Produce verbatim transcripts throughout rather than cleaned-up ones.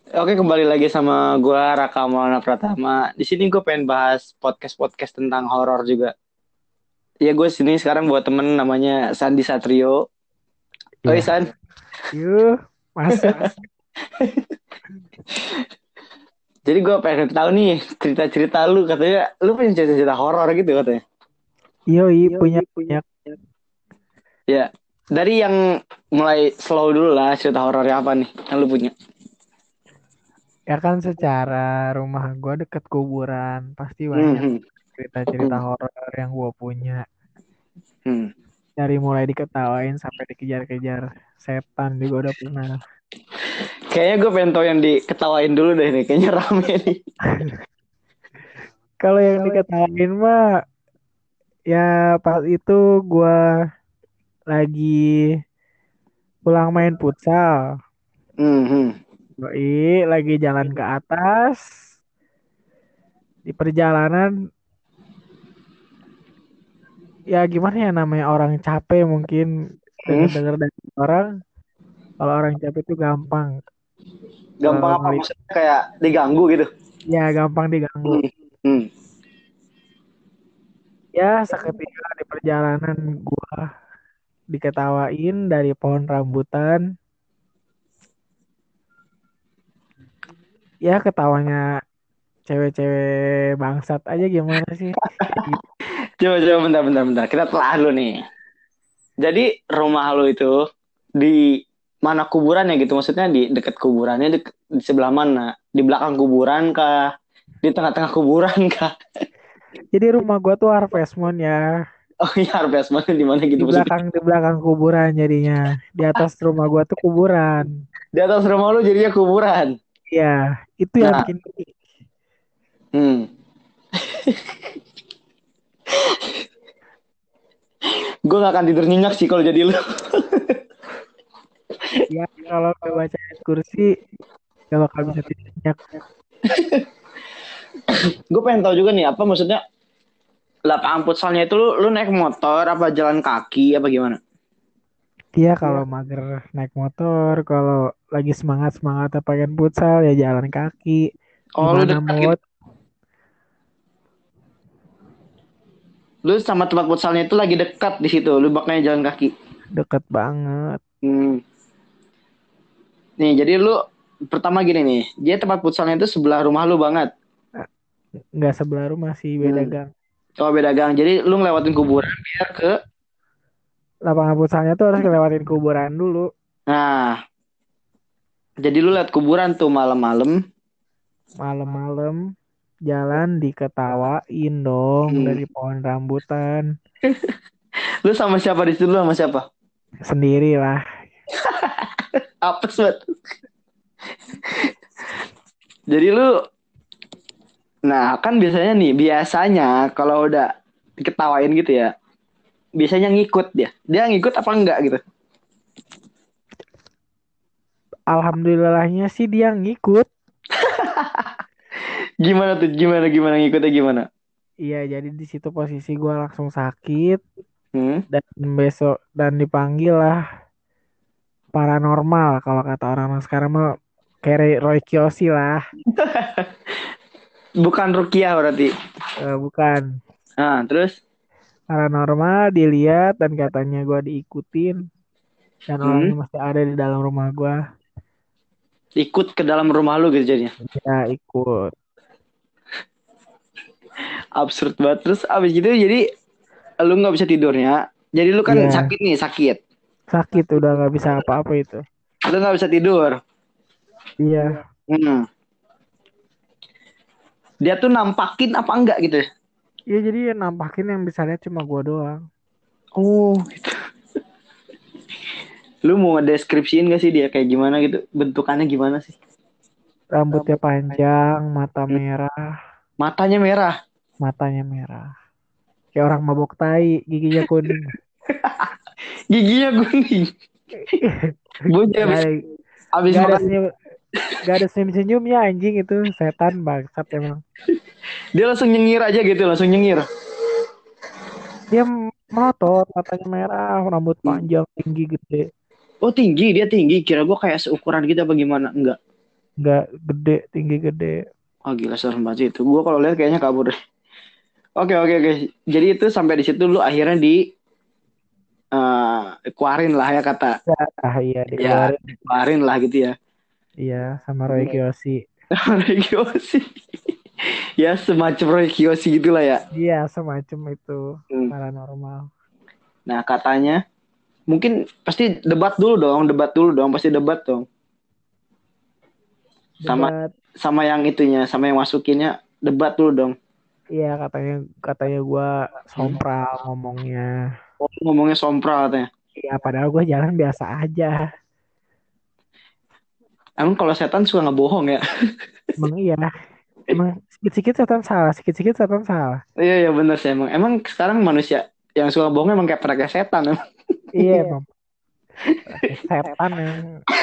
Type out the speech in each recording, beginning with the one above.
Oke, kembali lagi sama gua Raka Maulana Pratama. Di sini gue pengen bahas podcast-podcast tentang horor juga. Ya gue sini sekarang buat temen namanya Sandi Satrio. Oi Iya, San. yuk masuk. Jadi gue pengen tahu nih cerita-cerita lu, katanya lu punya cerita-cerita horor gitu katanya. Yoi punya banyak. Ya, dari yang mulai slow dulu lah, cerita horornya apa nih yang lu punya? Ya kan secara rumah gua deket kuburan, pasti Hmm, banyak hmm, cerita-cerita hmm, horor yang gua punya. hmm. Dari mulai diketawain sampai dikejar-kejar setan juga udah pernah. Kayaknya gue pengen tahu yang diketawain dulu deh nih, kayaknya rame nih. Kalau yang diketawain mah, ya pas itu gua lagi pulang main futsal. Hmm, hmm, Yoi, lagi jalan ke atas. Di perjalanan, ya gimana ya namanya orang capek mungkin hmm. denger-denger dari orang. Kalau orang capek itu gampang Gampang eh, apa ngelit, maksudnya, kayak diganggu gitu? ya gampang diganggu. Hmm, hmm. Ya seketika di perjalanan gua diketawain dari pohon rambutan. Ya ketawanya cewek-cewek bangsat aja gimana sih? Kayak gitu. Coba coba bentar bentar bentar. Kita telah dulu nih. Jadi rumah lu itu di mana kuburannya gitu? Maksudnya di dekat kuburannya, di, di sebelah mana? Di belakang kuburan kah? Di tengah-tengah kuburan kah? Jadi rumah gua tuh Harvest Moon ya. Oh iya, Harvest Moon di mana gitu Di maksudnya? belakang di belakang kuburan jadinya. Di atas rumah gua tuh kuburan. Di atas rumah lu jadinya kuburan. Ya, itu yang Nah, bikin geli. hmm. Gue gak akan tidur nyenyak sih kalau jadi lu. Ya kalau gak baca ayat kursi gak bakal bisa tidur. Gue pengen tahu juga nih, apa maksudnya lapangan futsalnya itu lu, lu naik motor apa jalan kaki apa gimana? Iya kalau mager naik motor, kalau lagi semangat semangat pengen futsal ya jalan kaki. Oh, lu Gimana dekat gitu. mood? Lu sama tempat futsalnya itu lagi dekat di situ. Lu makanya jalan kaki. Deket banget. Hmm. Nih, jadi lu pertama gini nih. Dia tempat futsalnya itu sebelah rumah lu banget. Nah, nggak sebelah rumah sih beda Hmm. gang. Oh, beda gang. Jadi lu ngelewatin kuburan biar ke. Lapangan futsalnya tuh harus ngelewatin kuburan dulu. Nah, jadi lu lihat kuburan tuh malam-malam. Malam-malam jalan diketawain dong Hmm. dari pohon rambutan. Lu sama siapa di situ? Lu sama siapa? Sendirilah. Apa sih? Jadi lu, nah kan biasanya nih, biasanya kalau udah diketawain gitu ya, biasanya ngikut dia. Dia ngikut apa enggak gitu? Alhamdulillahnya sih dia ngikut. Gimana tuh? Gimana gimana ngikutnya gimana? Iya jadi di situ posisi gua langsung sakit Hmm? dan besok dan dipanggil lah paranormal kalau kata orang sekarang mah kayak Roy Kiyoshi lah. Bukan Rukiah berarti. Eh, bukan Nah, terus? paranormal dilihat dan katanya gua diikutin dan Hmm? orangnya masih ada di dalam rumah gua. Ikut ke dalam rumah lu gitu jadinya. Ya ikut. Absurd banget. Terus abis gitu jadi lu nggak bisa tidurnya. Jadi lu kan Iya sakit nih, sakit. sakit udah nggak bisa apa-apa itu. Lu nggak bisa tidur. Iya. Hmm. Dia tuh nampakin apa enggak gitu ya? Iya jadi yang nampakin yang bisa lihat cuma gua doang. Oh, gitu. Lu mau ngedeskripsiin gak sih dia kayak gimana gitu? Bentukannya gimana sih? Rambutnya panjang, mata Hmm. merah, Matanya merah. matanya merah. Kayak orang mabok tai, giginya kuning. Giginya kuning. Gue Gak abis, ada, abis gak ada makan. senyum, gak ada senyum-senyumnya anjing itu setan bangsat emang. Dia langsung nyengir aja gitu. Langsung nyengir. Dia melotot, matanya merah, rambut Hmm. panjang, tinggi, gede. Oh, tinggi. Dia tinggi. Kira gue kayak seukuran gitu apa gimana. Enggak. nggak gede, tinggi gede. Oh gila serem banget sih itu. Gue kalau lihat kayaknya kabur deh. Oke oke oke. Jadi itu sampai di situ lu akhirnya di eh keluarin lah ya kata. Ya, ah, iya Ya dikeluarin. dikeluarin lah gitu ya. Iya, sama Roy Kiyoshi. Roy Kiyoshi. Ya semacam Roy Kiyoshi gitulah ya. Iya, semacam itu Hmm. paranormal. Nah katanya mungkin pasti debat dulu dong, debat dulu dong, pasti debat dong. Sama Debat. sama yang itunya, sama yang masukinnya debat dulu dong. Iya, katanya katanya gua Hmm. sompral ngomongnya. Oh, ngomongnya sompral katanya. Iya, padahal gua jalan biasa aja. Emang kalau setan suka ngebohong ya? Emang iya, emang sedikit-sedikit setan salah, sedikit-sedikit setan salah. Iya iya bener sih emang. Emang sekarang manusia yang suka bohong emang kayak pernah kayak setan emang. Iya, emang pakai setan yang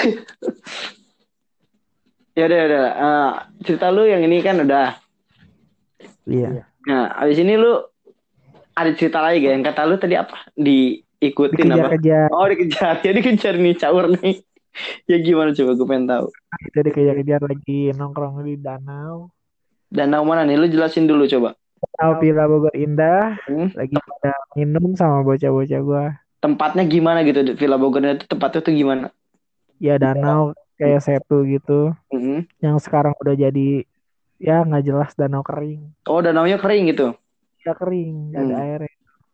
Ya udah ya udah. Eh, cerita lu yang ini kan udah. iya Nah, abis ini lu ada cerita lagi gak? Yang kata lu tadi apa? Diikutin apa? dikejar-kejar. Oh dikejar. Ya dikejar nih caur nih. Ya gimana coba gue pengen tahu. Kita dikejar-kejar lagi nongkrong di danau. Danau mana nih? Lu jelasin dulu coba. Danau Villa Bogor Indah. Hmm? Lagi pada minum sama bocah-bocah gua. Tempatnya gimana gitu? Villa Bogor itu tempatnya tuh gimana? Ya danau kayak Setu gitu. Hmm. Yang sekarang udah jadi ya nggak jelas danau kering. Oh danaunya kering gitu. Ya kering, nggak ada Hmm. airnya.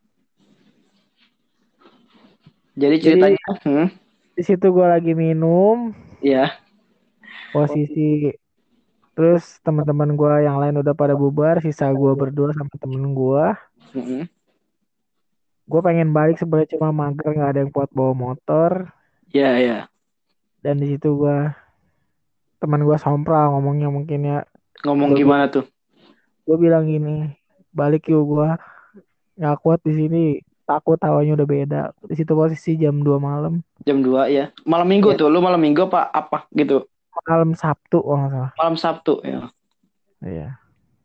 Jadi Jadi ceritanya, hmm, di situ gua lagi minum, ya, posisi terus teman-teman gua yang lain udah pada bubar, sisa gua berdua sama temen gua. hmm, Gue pengen balik sebenarnya cuma mager nggak ada yang buat bawa motor. ya, ya. Dan di situ gua teman gua sompral ngomongnya mungkin ya. Ngomong Gue gimana tuh? gue bilang gini, balik yuk gua nggak kuat di sini. Takut hawanya udah beda. Di situ posisi jam dua malam. Jam dua ya. Malam minggu Ya, tuh. Lu malam minggu apa apa gitu? malam Sabtu kalau nggak salah. Malam Sabtu ya. Iya.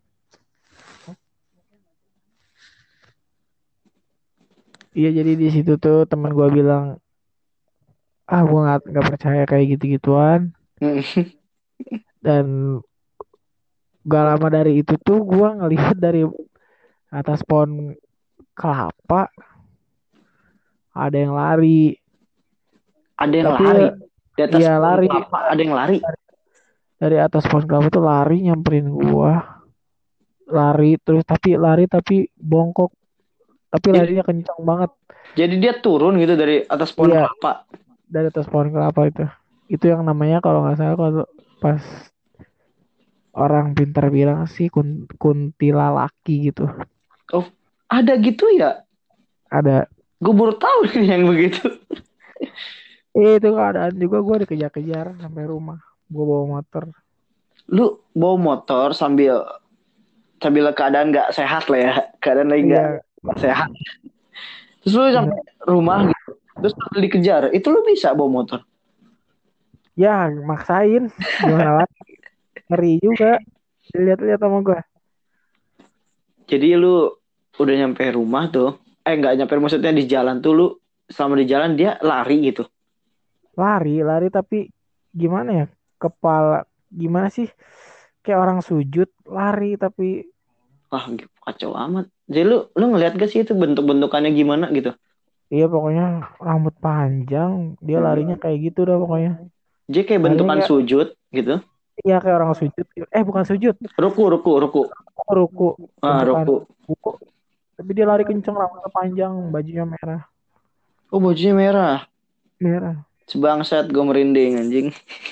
Iya jadi di situ tuh teman gua bilang, ah gua nggak nggak percaya kayak gitu-gituan. Hmm. Dan gak lama dari itu tuh gua ngelihat dari atas pohon kelapa ada yang lari. Ada yang Tapi lari di atas ya pohon lari kelapa. Ada yang lari. dari atas pohon kelapa tuh lari nyamperin gua. Lari terus tapi lari tapi bongkok. Tapi Jadi, larinya kencang banget. jadi dia turun gitu dari atas pohon Iya, kelapa. dari atas pohon kelapa itu. Itu yang namanya kalau nggak salah kalau pas orang pintar bilang sih kun, kuntilalaki gitu. Oh, ada gitu ya? Ada. Gue baru tahu nih yang begitu. Eh, itu keadaan juga gue dikejar-kejar sampai rumah. Gue bawa motor. Lu bawa motor sambil sambil keadaan nggak sehat lah ya. Keadaan lagi nggak Iya, sehat. Terus lu bener. sampai rumah gitu. Terus sambil dikejar. Itu lu bisa bawa motor. Ya, maksain. Gimana lagi? Ngeri juga. Lihat-lihat sama gue. Jadi lu udah nyampe rumah tuh. Eh nggak nyampe maksudnya di jalan tuh lu selama di jalan dia lari gitu. Lari, lari tapi gimana ya? Kepala, gimana sih? Kayak orang sujud, lari tapi Wah kacau amat. Jadi lu lu ngeliat gak sih itu bentuk-bentukannya gimana gitu? iya pokoknya rambut panjang, dia larinya Hmm. kayak gitu dah pokoknya. Jadi kayak Larinya bentukan kayak, sujud gitu. iya kayak orang sujud. Eh bukan sujud, Ruku ruku ruku. ruku, Ah bentukan ruku. ruku. Tapi dia lari kenceng, rambutnya panjang, bajunya merah. Oh bajunya merah. Merah. Sebangsat gue merinding anjing.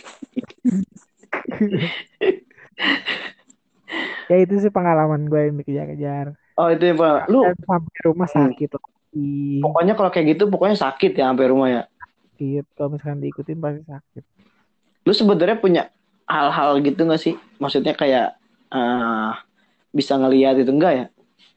Ya itu sih pengalaman gue yang dikejar-kejar. Oh itu ya Pak. Lu Dan sampai rumah hmm, sakit lagi. pokoknya kalau kayak gitu pokoknya sakit ya sampai rumah ya. Sakit, kalau misalkan diikutin pasti sakit. Lu sebenarnya punya hal-hal gitu gak sih? Maksudnya kayak eh bisa ngelihat itu enggak ya?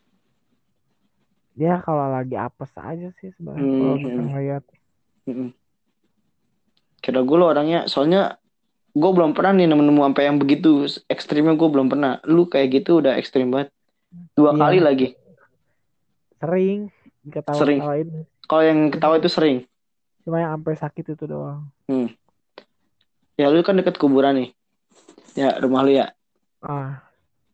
Ya kalau lagi apes aja sih sebenarnya kalau Hmm, misalkan hmm, ngeliat. hmm. Kira gue lo orangnya, soalnya gue belum pernah nih nemu-nemu sampai yang begitu ekstrimnya gue belum pernah. Lu kayak gitu udah ekstrim banget. Dua kali Iya, lagi, sering sering. ketawa-ketawain. Kalau yang Cuma, ketawa itu sering. cuma yang sampai sakit itu doang. Hmm. Ya lu kan deket kuburan nih. Ya, rumah lu ya. Ah,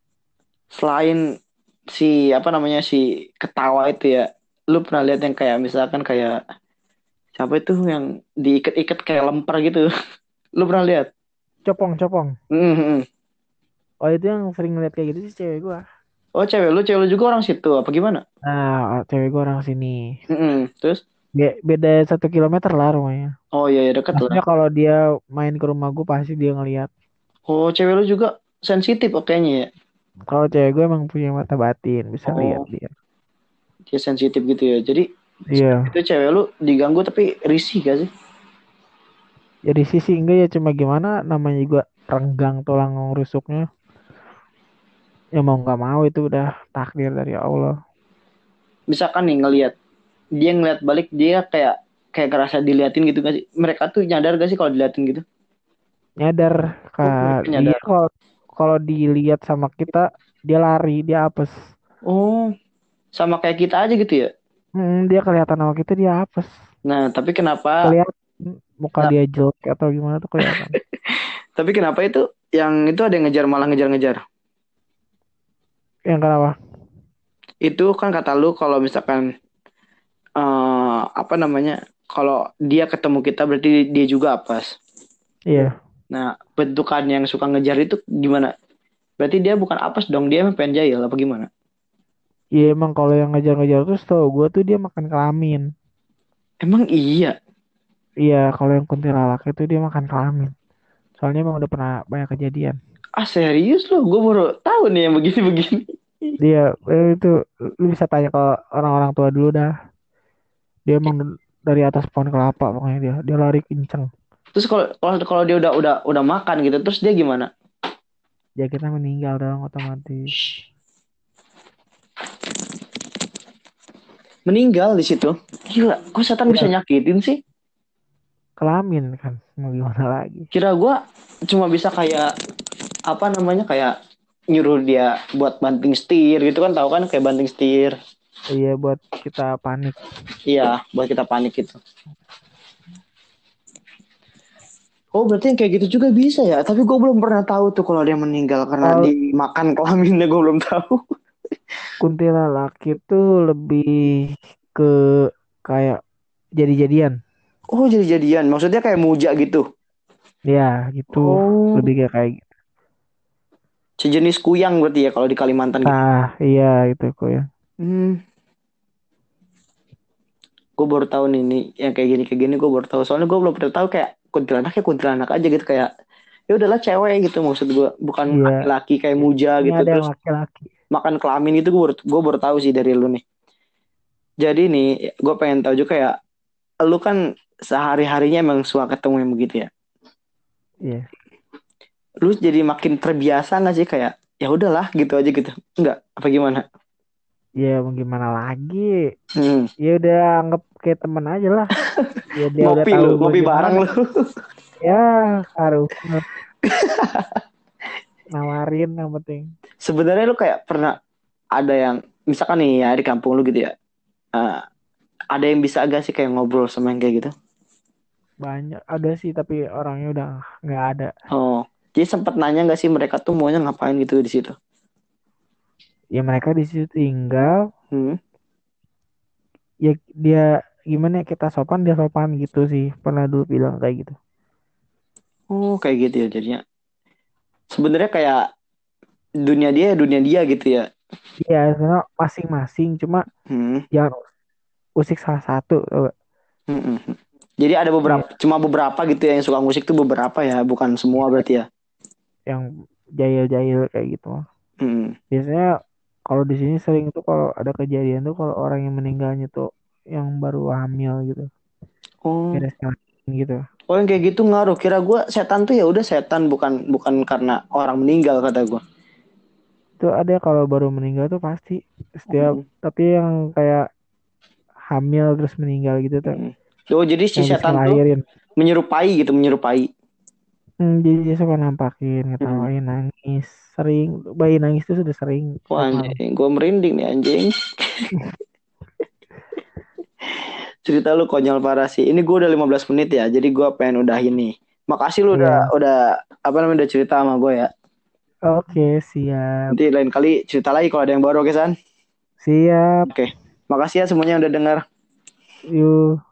Selain si apa namanya si ketawa itu ya, lu pernah lihat yang kayak misalkan kayak siapa itu yang diikat-ikat kayak lemper gitu? Lu pernah lihat? copong, copong. Mhm. Oh itu yang sering ngeliat kayak gitu sih cewek gua. Oh, cewek lu, cewek lu juga orang situ apa gimana? Nah, cewek gua orang sini. Mhm. Terus? Be- beda satu kilometer lah rumahnya. Oh iya, iya deket lah. Maksudnya kalau dia main ke rumah gua pasti dia ngeliat. Oh, cewek lu juga sensitif oh, kayaknya ya. Kalau cewek gue emang punya mata batin, bisa lihat Oh, dia. dia sensitif gitu ya. Jadi Iya, itu cewek lu diganggu tapi risih gak sih? jadi sisi enggak ya cuma gimana namanya juga renggang tulang rusuknya. Ya mau nggak mau itu udah takdir dari Allah. Misalkan nih ngelihat dia ngeliat balik dia kayak kayak ngerasa diliatin gitu gak sih? Mereka tuh nyadar gak sih kalau diliatin gitu? Nyadar Oh, mereka kak dia nyadar. kalau kalau dilihat sama kita dia lari, dia apes. Oh, sama kayak kita aja gitu ya. Hmm, dia kelihatan sama kita dia apes. Nah, tapi kenapa Kelihatan muka nah, dia jelek atau gimana tuh kelihatan. tapi kenapa itu yang itu ada yang ngejar malah ngejar-ngejar? Yang kenapa? Itu kan kata lu kalau misalkan eh apa namanya? Kalau dia ketemu kita berarti dia juga apes. Iya. Nah, bentukan yang suka ngejar itu gimana? Berarti dia bukan apes dong, dia emang pengen jahil apa gimana? Iya emang kalau yang ngejar-ngejar terus tau gue tuh dia makan kelamin. Emang iya. Iya kalau yang kuntilanak itu dia makan kelamin. Soalnya emang udah pernah banyak kejadian. Ah serius loh, gue baru tahu nih yang begini-begini. Dia eh, itu lu bisa tanya ke orang-orang tua dulu dah. Dia emang dari atas pohon kelapa pokoknya dia. Dia lari kenceng. Terus kalau kalau kalau dia udah udah udah makan gitu, terus dia gimana? Ya kita meninggal dong otomatis. Meninggal di situ. Gila, kok setan bisa Ya nyakitin sih? kelamin kan. Mau gimana lagi. Kira gue cuma bisa kayak apa namanya kayak nyuruh dia buat banting setir gitu kan tahu kan kayak banting setir. Iya buat kita panik. Iya, buat kita panik gitu. Oh, berarti yang kayak gitu juga bisa ya. Tapi gue belum pernah tahu tuh kalau dia meninggal karena Kalau dimakan kelaminnya gue belum tahu. kuntilanak itu lebih ke kayak jadi-jadian. Oh, jadi jadian. Maksudnya kayak muja gitu. Ya gitu. Oh, Lebih kayak kayak gitu. sejenis kuyang berarti ya kalau di Kalimantan gitu. Ah iya itu kok ya. Hmm, gue baru tahu nih, nih yang kayak gini kayak gini gue baru tahu. Soalnya gue belum pernah tahu kayak kuntilanak ya kuntilanak aja gitu kayak ya udahlah cewek gitu maksud gue bukan Iya. laki-laki kayak muja Ini gitu ada yang terus laki-laki. makan kelamin itu gue baru gue baru tahu sih dari lu nih. Jadi nih gue pengen tahu juga kayak lu kan sehari harinya emang suka ketemu yang begitu ya. Iya. Lu jadi makin terbiasa nggak sih kayak ya udahlah gitu aja gitu. Enggak apa gimana? Ya mau gimana lagi. Hmm. Ya udah anggap kayak temen aja lah. Ya dia udah Ngopi tahu lu gue ngopi bareng gimana. lu. Ya harus nawarin yang penting. Sebenarnya lu kayak pernah ada yang misalkan nih ya di kampung lu gitu ya. eh, ada yang bisa agak sih kayak ngobrol sama yang kayak gitu. Banyak ada sih tapi orangnya udah nggak ada. Oh, jadi sempat nanya nggak sih mereka tuh maunya ngapain gitu di situ? Ya mereka di situ tinggal. Hmm. Ya dia gimana ya kita sopan dia sopan gitu sih. Pernah dulu bilang kayak gitu. Oh, kayak gitu ya jadinya. Sebenarnya kayak dunia dia dunia dia gitu ya. Iya sebenarnya masing-masing. Cuma Hmm. jangan usik salah satu. Tau gak? Hmm, hmm, hmm. Jadi ada Iya. beberapa, cuma beberapa gitu ya yang suka musik tuh beberapa ya, bukan semua Iya. berarti ya. Yang jahil-jahil kayak gitu. Hmm. Biasanya kalau di sini sering tuh kalau ada kejadian tuh kalau orang yang meninggalnya tuh yang baru hamil gitu. Oh, Beres ngelahirin gitu. oh yang kayak gitu ngaruh. Kira gue setan tuh ya udah setan bukan bukan karena orang meninggal kata gue. Itu ada kalau baru meninggal tuh pasti setiap Hmm. tapi yang kayak hamil terus meninggal gitu tuh Hmm. Oh jadi si yang habis setan tuh ngelahirin. menyerupai gitu, menyerupai. Hmm, jadi dia suka nampakin, Hmm. ngetawain, nangis. Sering, bayi nangis tuh sudah sering Wah setiap malam. anjing, gue merinding nih anjing. Cerita lu konyol parah sih. Ini gue udah lima belas menit ya, jadi gue pengen udahin nih. Makasih lu udah Iya, udah apa namanya udah cerita sama gue ya. Oke, siap. Nanti lain kali cerita lagi kalau ada yang baru, oke San? Siap. Oke. Makasih ya semuanya yang udah dengar. Yuk.